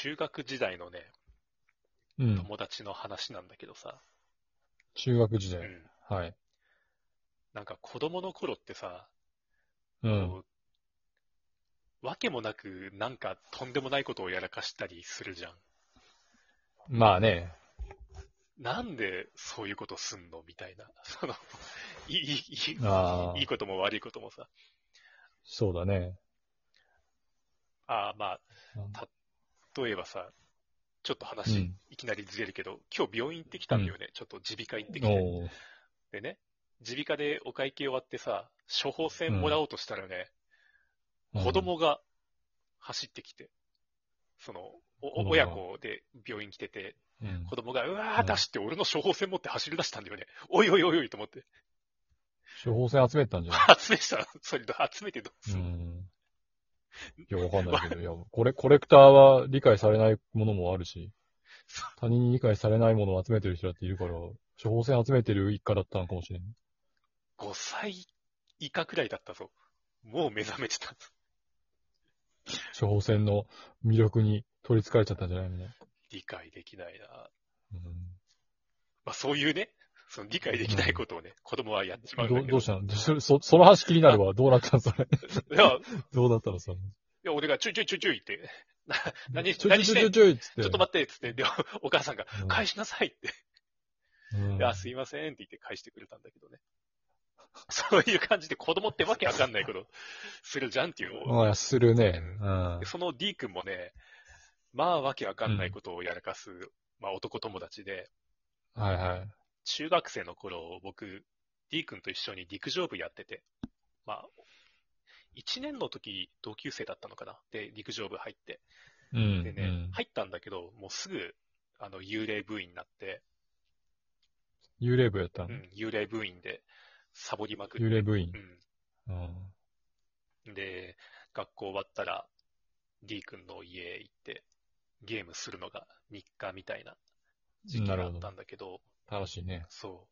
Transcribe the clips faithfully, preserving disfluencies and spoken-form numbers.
中学時代のね、 うん。 友達の話なんだけどさ、 中学時代。 うん。 はい。 なんか子供の頃ってさ、 うん。 こう、わけもなくなんかとんでもないことをやらかしたりするじゃん。 まあね。 なんでそういうことすんのみたいな。その、いい、いい、いいああ、 ことも悪いこともさ。 そうだね。 ああ、まうあ、例えばさ、ちょっと話ん。 いきなりずれるけど、今日病院行ってきうん。 たんだよね。ちょっと耳鼻科行ってきて。 おー。 でね、耳鼻科でお会計終わってさ、処方うん。 箋もらおうとしたらね、子うん。 供が走ってきて、その、お親子供が。 子で病院来てて、 うん。 子供がうわーうん。 出して俺の処方箋持って走り出したんだよね。おいおいおいおいと思って。 処方箋集めてたんじゃない？ 集めしたら、それ集めてどううすんの？ ん。いや、わかんないわけど、いや、これ、コレクターは理解されないものもあるし、他人に理解されないものを集めてる人だっているから、処方箋集めてる一家だったのかもしれん。 ごさい以下くらいだったぞ。もう目覚めてた。 処方箋の魅力に取り憑かれちゃったんじゃないのね。 理解できないな。 うん。 まあそういうね、その理解できないことをね、子供はやっちまうんだど、 けど。 どうしたの？そ、そその話気になるわ。どうなったのそれ。 いや、いどうなったのそれ。 や俺がちょいちょいちょいちょいって、な、何、 ちょちょ何してんちょちょちょいっつって。 ちょっと待って、つって、で、お母さんが、返しなさいって。 うん。 いや、すいませんって言って返してくれたんだけどね。そういう感じで子供ってわけわかんないことするじゃんっていうのを。 うん。ああ、するね。 うんうん。 で、その D 君もね、まあわけわかんないうん。 ことをやらかす、まあ男友達で、 はいはい。 中学生の頃、僕、D 君と一緒に陸上部やってて、まあ、いちねんの時同級生だったのかな。で、陸上部入って。 うん。 でね、 うん。 入ったんだけど、もうすぐ、あの、幽霊部員になって、 幽霊部やったの？ うん、幽霊部員で、サボりまくって、 幽霊部員。 ううん。 ん。で、学校終わったら、D 君の家へ行って、ゲームするのが日課みたいな時期なるほど。 があったんだけど、 楽しいね。 そう。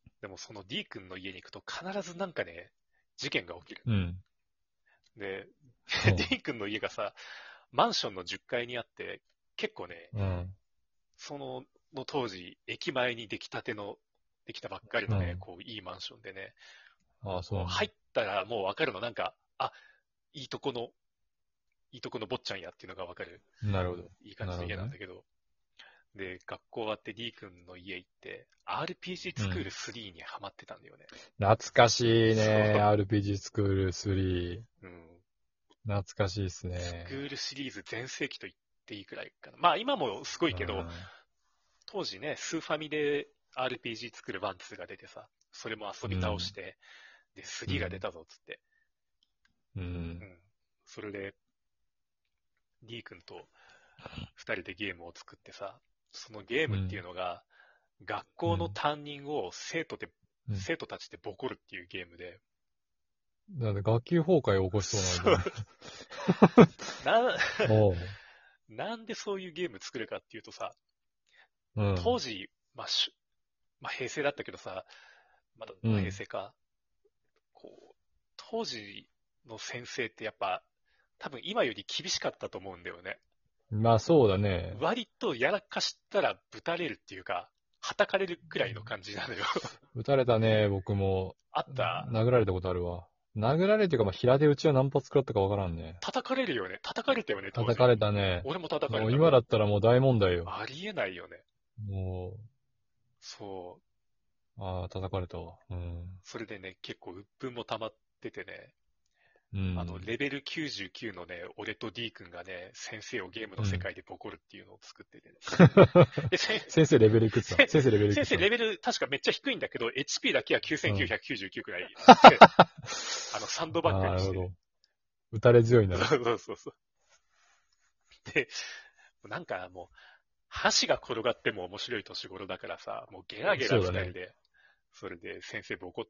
でもその D 君の家に行くと必ずなんかね、事件が起きる。 うん。 で、 う D 君の家がさ、マンションのじゅっかいにあって、結構ね、 ん。うん。 その、の当時、駅前に出来たての、できたばっかりのね、 うん。 こう、いいマンションでね、 ああ、そうなんだ。 こう入ったらもうわかるの、なんか、あ、いいとこの、いいとこの坊ちゃんやっていうのがわかる、 なるほど。 いい感じのなるほどね。 家なんだけど、で、学校終わって D 君の家行って、アールピージー スクールうん。 スリーにハマってたんだよね。 懐かしいそう。 ね。アールピージー スクールスリー。 うん。 懐かしいっすスクね。 ールシリーズ全盛期と言っていいくらいかな。まあ今もすごいけど、 うん。 当時ね、スーファミで アールピージー 作るワン、ツーが出てさ、それも遊び倒しうん。 て、で、スリーが出うん。 たぞっつって、 うん。 うん。それで、D 君と二人でゲームを作ってさ、そのゲームっていううん。 のが、学校のうん。 担任を生徒で、 うん。 生徒たちでボコるっていうゲームで、 だって学級崩壊を起こしそうなゲーそう、 ム。 な、 おう。 なんでそういうゲーム作るかっていうとさ、 うん。 当時、まあ、しまあ、平成だったけどさ、まだ、まあ、平うん。 成か、こう、当時の先生ってやっぱ、多分今より厳しかったと思うんだよね。 まあそうだね。 割とやらかしたらぶたれるっていうか、叩かれるくらいの感じなのよ。 撃たれたね、僕も。 あった殴られたことあるわ。殴られていうか、まあ、平手打ちは何発食らったかわからんね。 叩かれるよね。叩かれたよね、当時。 叩かれたね。 俺も叩かれもうた。 今だったらもう大問題よ。 ありえないよね。 もそう。 う、ああ、叩かれたわ。うん。 それでね、結構鬱憤も溜まっててね、 うあの、 ん。 レベルきゅうじゅうきゅうのね、俺と D 君がね、先生をゲームの世うん。 界でボコるっていうのを作っててね。で、せ先生レベルいくつだ？先生レベルいく先生つだ？ レベル確かめっちゃ低いんだけど、エイチピー だけはうん。 きゅうせんきゅうひゃくきゅうじゅうきゅうくらいあって、あの、サンドバッああ、 グにしてね。 なるほど。打たれ強いんだね。 そうそうそうそう。で、なんかもう、箸が転がっても面白い年頃だからさ、もうゲラゲラそうだね。 二人で、それで先生ボコって、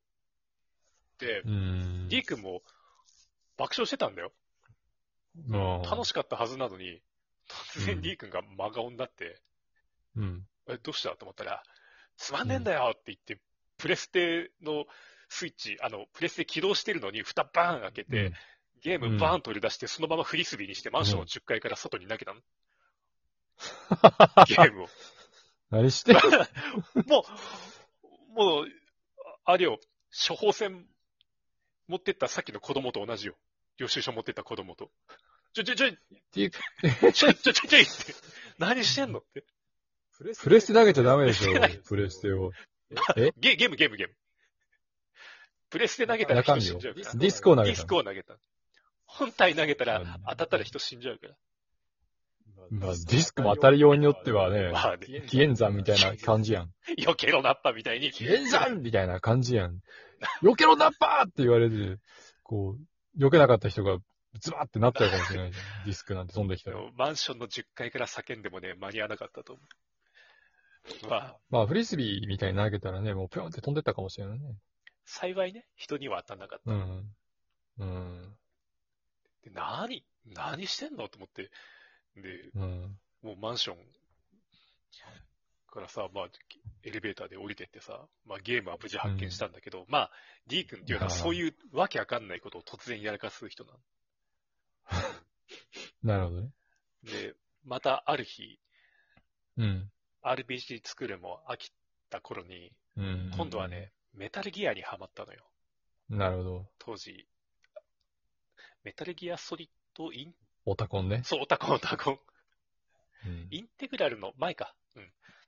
うーん。 D 君も爆笑してたんだよ。楽ああ。 しかったはずなのに、突然うん。 D 君が真顔になって、 うん。 え、どうしたと思ったら、つまんうん。 ねえんだよって言って、プレステのスイッチ、あの、プレステ起動してるのに蓋バーン開けて、 うん。 ゲームバーン取り出して、そのままフリスビーにしてマンションのじゅっかいから外に投げたの。ゲームを。 何してんのもう、もう、あれよ、処方箋持ってったさっきの子供と同じよ。領収書持ってった子供と。ちょちょちょい、ちょちょちょちょちょいって。何してんのって。 プレステ投げちゃダメでしょ、プレステを。えゲゲームゲームゲーム。プレステ投げたら人死んじゃうから。 ディスクを投げた。 ディスクを投げた。本体投げたら当たったら人死んじゃうから。 まあ、ディスクも当たりようによってはね、 まあね、 紀元山みたいな感じやん。 避けろナッパみたいに。 紀元山みたいな感じやん。避けろナッパーって言われて、こう、避けなかった人がズバーってなっちゃうかもしれないじゃん。ディスクなんて飛んできたら。 マンションのじゅっかいから叫んでもね、間に合わなかったと思う。まあ、 まあ、フリスビーみたいに投げたらね、もうぴょんって飛んでったかもしれないね。 幸いね、人には当たんなかった。 うん。うん。 で何何してんのと思って。で、 うん、 もうマンションからさ、まあ、エレベーターで降りてってさ、まあゲームは無事発見したんだけど、うん、まあ、D 君っていうのはそういうわけわかんないことを突然やらかす人なの。 なるほどね。 で、またある日、 うん、 アールピージー 作るも飽きた頃に、 うん、 今度はね、メタルギアにハマったのよ。 なるほど。 当時、メタルギアソリッドインオタコンね。 そう、オタコン、オタコン。 うん、 インテグラルの前か。うん。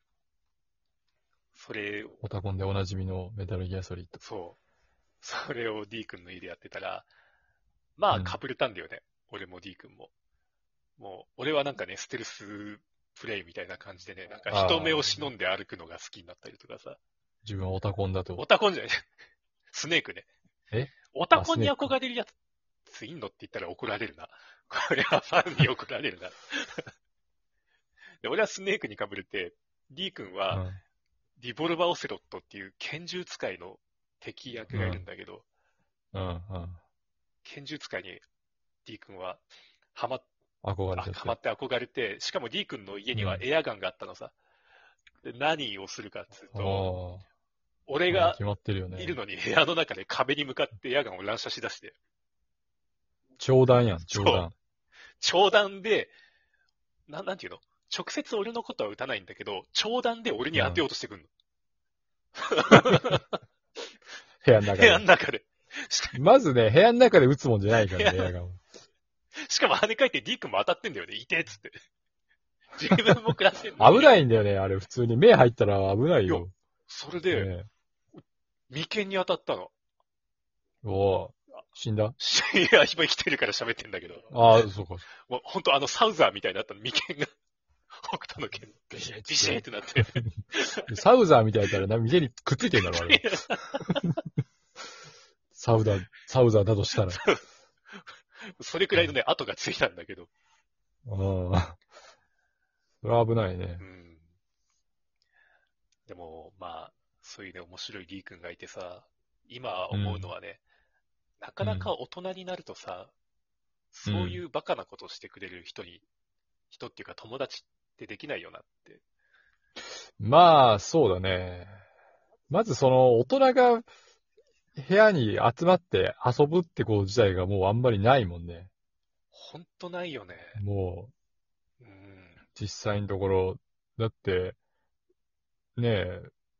それ、 オタコンでおなじみのメタルギアソリッド。 そう。それを D 君の家でやってたら、まあ、被れたんだよね。うん、俺も D 君も。もう、俺はなんかね、ステルスプレイみたいな感じでね、なんか人目を忍んで歩くのが好きになったりとかさ。 自分はオタコンだと。 オタコンじゃない。スネークね。 えオタコンに憧れるやついんのって言ったら怒られるな。これはファンに怒られるな。で俺はスネークに被れて、D 君は、うん、リボルバーオセロットっていう拳銃使いの敵役がいるんだけど、 うんうんうん、 拳銃使いに D 君はハマっ憧れてハマって憧れて、しかも D 君の家にはエアガンがあったのさ。で何をするかっていうと、俺がいるのに部屋の中で壁に向かってエアガンを乱射しだして。 長弾やん、長弾。 長弾で、な、なんていうの直接俺のことは撃たないんだけど、長弾で俺に当てようとしてくんの。 うん、部屋の中で。 部屋の中で。 まずね、部屋の中で撃つもんじゃないからね、エアガン。 しかも跳ね返って D 君も当たってんだよね。いてっつって。自分も食らってんの。 危ないんだよね、あれ。普通に目入ったら危ないよ。 それで、ね、眉間に当たったの。 おぉ。死んだいや、今生きてるから喋ってんだけど。 ああ、そうか。 もうほんとあのサウザーみたいになったの、眉間が。北斗の剣。ビシッ、ビシッってなって。 サウザーみたいだったらな、店にくっついてんだろ、あれ。サウザー、サウザーだとしたら。 それくらいのね、跡がついたんだけど。 ああ。それは危ないね。 うん。でも、まあ、そういうね、面白い D 君がいてさ、今思うのはね、うん、なかなか大人になるとさ、うん、そういうバカなことをしてくれる人に、人っていうか友達ってできないよなって。 まあ、そうだね。まずその、大人が部屋に集まって遊ぶってこと自体がもうあんまりないもんね。 ほんとないよね。 もう、うん、 実際のところ、だって、ねえ、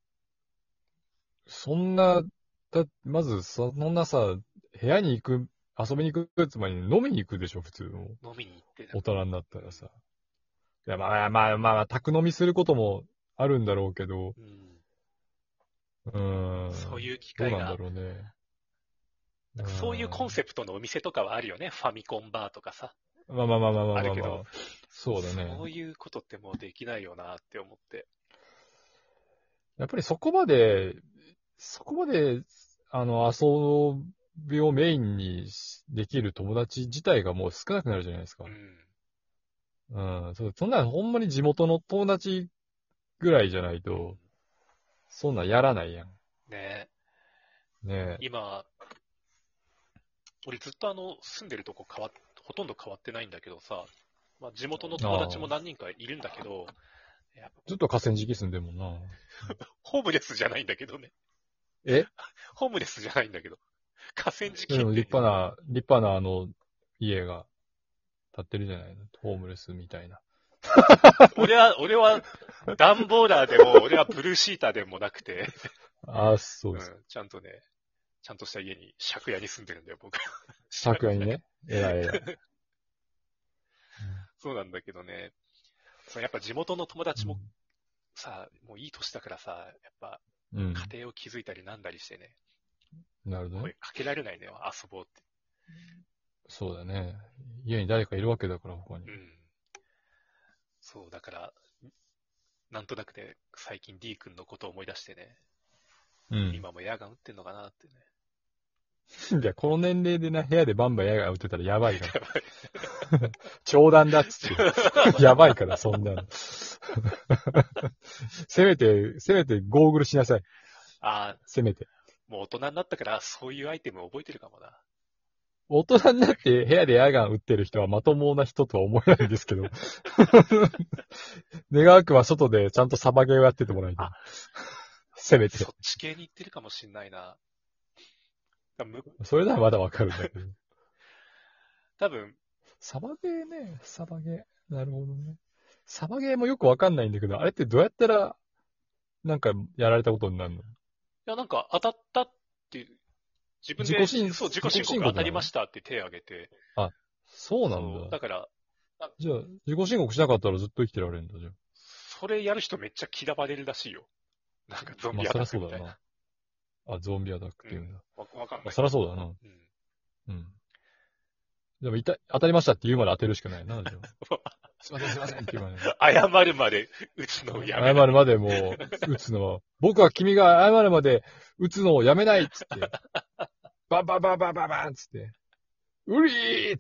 そんな、だ、まず、そんなさ、部屋に行く、遊びに行くつまり飲みに行くでしょ、普通の。 飲みに行って大人になったらさ。いや、まあまあまあ、宅飲みすることもあるんだろうけど、うん。うん。 そういう機会が。 どうなんだろうね。 なんかそういうコンセプトのお店とかはあるよね。ファミコンバーとかさ。 まあまあまあまあまあまあ、まあ。 あるけど、 そうだね。 そういうことってもうできないよなって思って。 やっぱりそこまで、そこまで、あの、遊びをメインにできる友達自体がもう少なくなるじゃないですか。うん。うん。そそんな、ほんまに地元の友達ぐらいじゃないと、うん、そんなんやらないやん。 ねえ。ねえ。 今、俺ずっとあの、住んでるとこ変わっ、ほとんど変わってないんだけどさ、まあ、地元の友達も何人かいるんだけど、 やっぱずっと河川敷住んでるもんな。 ホームレスじゃないんだけどね。 えホームレスじゃないんだけど。河川敷でも立派な、立派なあの、 家が建ってるじゃないの。ホームレスみたいな。 俺は、俺は、段ボーラーでも、俺はブルーシーターでもなくて、 ああ、そうです。 うん、ちゃんとね、ちゃんとした家に、借家に住んでるんだよ、僕。 借家にね。えらいえらい。 そうなんだけどね、そのやっぱ地元の友達もさ、もういい年だからさ、やっぱ、 うん。 家庭を築いたりなんだりしてね、 なるほどね。 声かけられないね、遊ぼうって。 そうだね。家に誰かいるわけだから、他に。 うん。そう、だから、なんとなくね、最近 D 君のことを思い出してね、 うん。 今もエアガン撃ってんのかなってね。 いや、この年齢でな、部屋でバンバン矢が撃ってたらやばいから。 やばい。 長弾だっつって。やばいから、そんなの。せめて、せめてゴーグルしなさい。 ああ、 せめて。 もう大人になったから、そういうアイテム覚えてるかもな。 大人になって部屋で矢ガン撃ってる人はまともな人とは思えないんですけど。願わくは外でちゃんとサバゲーをやっててもらいたい。せめて。 そっち系に行ってるかもしんないな。 それならまだわかるんだけど。 多分。 サバゲーね、サバゲー。なるほどね。サバゲーもよくわかんないんだけど、あれってどうやったら、なんか、やられたことになるの？いや、なんか、当たったっていう、自分で、 自己申そう、自己申告当たりましたって手を挙げて。 あ、そうなんだ。 そう、だから。 じゃあ、自己申告しなかったらずっと生きてられるんだ、じゃあ。 それやる人めっちゃ嫌われるらしいよ。なんかゾンビアタックみたいな。まあ、 そりゃそうだな。あ、ゾンビアタックっていうんだ。 うん、わ, わかんない。 まあ、そりゃそうだな。うん。 うん。 でも、いた、当たりましたって言うまで当てるしかないな、じゃあ。すいません、すいませんって言うまで。 謝るまで打つのをやめない。 謝るまでもう、打つのは、僕は君が謝るまで打つのをやめないっつって、バンバンバンバンバンバンっつって、うりーっ